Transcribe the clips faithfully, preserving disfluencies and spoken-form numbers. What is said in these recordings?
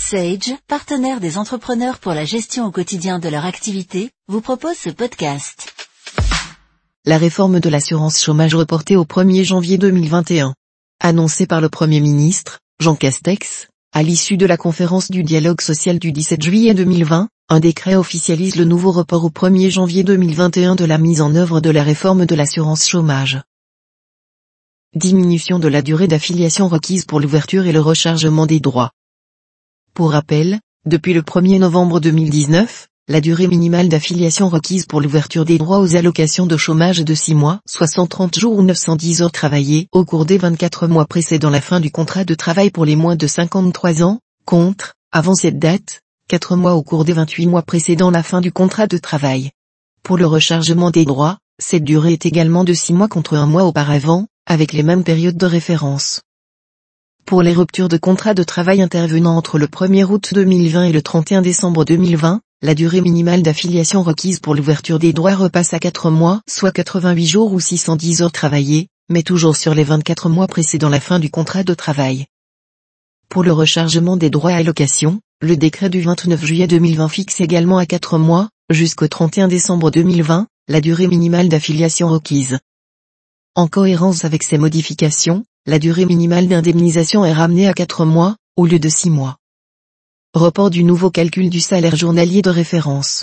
Sage, partenaire des entrepreneurs pour la gestion au quotidien de leur activité, vous propose ce podcast. La réforme de l'assurance chômage reportée au premier janvier deux mille vingt et un. Annoncée par le Premier ministre, Jean Castex, à l'issue de la conférence du dialogue social du dix-sept juillet deux mille vingt, un décret officialise le nouveau report au premier janvier deux mille vingt et un de la mise en œuvre de la réforme de l'assurance chômage. Diminution de la durée d'affiliation requise pour l'ouverture et le rechargement des droits. Pour rappel, depuis le premier novembre deux mille dix-neuf, la durée minimale d'affiliation requise pour l'ouverture des droits aux allocations de chômage est de six mois, soit cent trente jours ou neuf cent dix heures travaillées au cours des vingt-quatre mois précédant la fin du contrat de travail pour les moins de cinquante-trois ans, contre, avant cette date, quatre mois au cours des vingt-huit mois précédant la fin du contrat de travail. Pour le rechargement des droits, cette durée est également de six mois contre un mois auparavant, avec les mêmes périodes de référence. Pour les ruptures de contrat de travail intervenant entre le premier août deux mille vingt et le trente et un décembre deux mille vingt, la durée minimale d'affiliation requise pour l'ouverture des droits repasse à quatre mois, soit quatre-vingt-huit jours ou six cent dix heures travaillées, mais toujours sur les vingt-quatre mois précédant la fin du contrat de travail. Pour le rechargement des droits à allocation, le décret du vingt-neuf juillet deux mille vingt fixe également à quatre mois, jusqu'au trente et un décembre deux mille vingt, la durée minimale d'affiliation requise. En cohérence avec ces modifications, la durée minimale d'indemnisation est ramenée à quatre mois, au lieu de six mois. Report du nouveau calcul du salaire journalier de référence.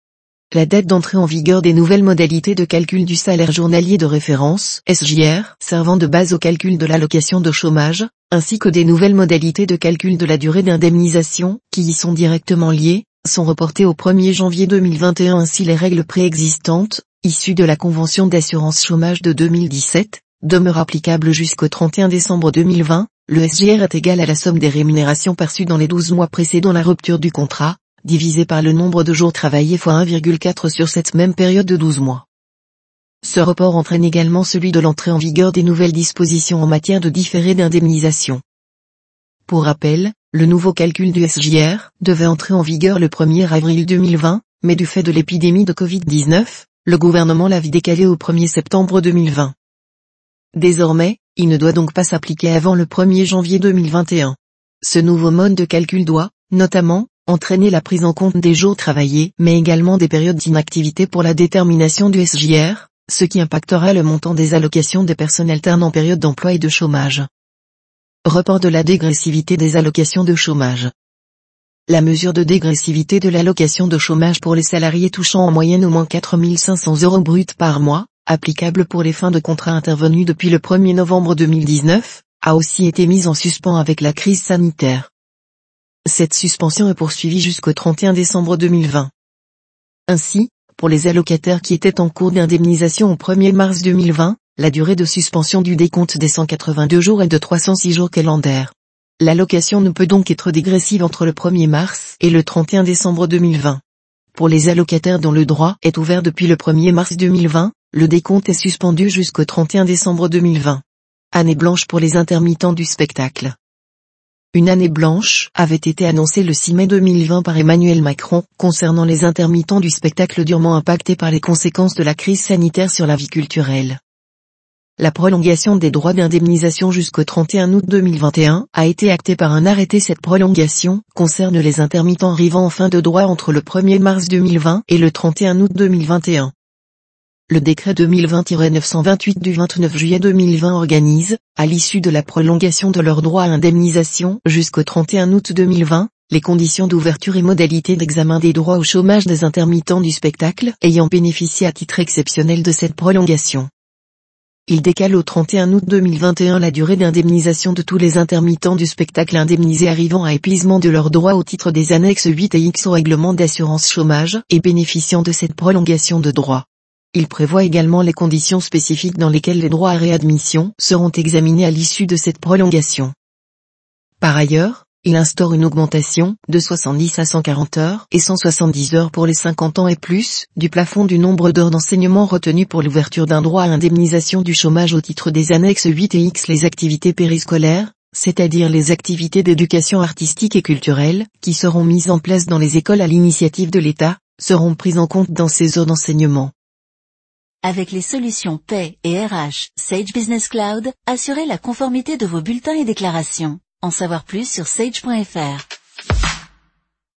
La date d'entrée en vigueur des nouvelles modalités de calcul du salaire journalier de référence, S J R, servant de base au calcul de l'allocation de chômage, ainsi que des nouvelles modalités de calcul de la durée d'indemnisation, qui y sont directement liées, sont reportées au premier janvier deux mille vingt et un. Ainsi les règles préexistantes, issues de la convention d'assurance chômage de deux mille dix-sept, demeure applicable jusqu'au trente et un décembre deux mille vingt, le S J R est égal à la somme des rémunérations perçues dans les douze mois précédant la rupture du contrat, divisé par le nombre de jours travaillés fois un virgule quatre sur cette même période de douze mois. Ce report entraîne également celui de l'entrée en vigueur des nouvelles dispositions en matière de différé d'indemnisation. Pour rappel, le nouveau calcul du S J R devait entrer en vigueur le premier avril deux mille vingt, mais du fait de l'épidémie de covid dix-neuf, le gouvernement l'avait décalé au premier septembre deux mille vingt. Désormais, il ne doit donc pas s'appliquer avant le premier janvier deux mille vingt et un. Ce nouveau mode de calcul doit, notamment, entraîner la prise en compte des jours travaillés, mais également des périodes d'inactivité pour la détermination du S J R, ce qui impactera le montant des allocations des personnes alternes en période d'emploi et de chômage. Report de la dégressivité des allocations de chômage. La mesure de dégressivité de l'allocation de chômage pour les salariés touchant en moyenne au moins quatre mille cinq cents euros bruts par mois, applicable pour les fins de contrat intervenues depuis le premier novembre deux mille dix-neuf, a aussi été mise en suspens avec la crise sanitaire. Cette suspension est poursuivie jusqu'au trente et un décembre deux mille vingt. Ainsi, pour les allocataires qui étaient en cours d'indemnisation au premier mars deux mille vingt, la durée de suspension du décompte des cent quatre-vingt-deux jours est de trois cent six jours calendaires. L'allocation ne peut donc être dégressive entre le premier mars et le trente et un décembre deux mille vingt. Pour les allocataires dont le droit est ouvert depuis le premier mars deux mille vingt, le décompte est suspendu jusqu'au trente et un décembre deux mille vingt. Année blanche pour les intermittents du spectacle. Une année blanche avait été annoncée le six mai deux mille vingt par Emmanuel Macron concernant les intermittents du spectacle durement impactés par les conséquences de la crise sanitaire sur la vie culturelle. La prolongation des droits d'indemnisation jusqu'au trente et un août deux mille vingt et un a été actée par un arrêté. Cette prolongation concerne les intermittents arrivant en fin de droit entre le premier mars deux mille vingt et le trente et un août deux mille vingt et un. Le décret deux mille vingt tiret neuf cent vingt-huit du vingt-neuf juillet deux mille vingt organise, à l'issue de la prolongation de leurs droits à indemnisation jusqu'au trente et un août deux mille vingt, les conditions d'ouverture et modalités d'examen des droits au chômage des intermittents du spectacle ayant bénéficié à titre exceptionnel de cette prolongation. Il décale au trente et un août deux mille vingt et un la durée d'indemnisation de tous les intermittents du spectacle indemnisés arrivant à épuisement de leurs droits au titre des annexes huit et X au règlement d'assurance chômage et bénéficiant de cette prolongation de droits. Il prévoit également les conditions spécifiques dans lesquelles les droits à réadmission seront examinés à l'issue de cette prolongation. Par ailleurs, il instaure une augmentation de soixante-dix à cent quarante heures et cent soixante-dix heures pour les cinquante ans et plus du plafond du nombre d'heures d'enseignement retenu pour l'ouverture d'un droit à indemnisation du chômage au titre des annexes huit et X. Les activités périscolaires, c'est-à-dire les activités d'éducation artistique et culturelle, qui seront mises en place dans les écoles à l'initiative de l'État, seront prises en compte dans ces heures d'enseignement. Avec les solutions Paie et R H Sage Business Cloud, assurez la conformité de vos bulletins et déclarations. En savoir plus sur sage point f r.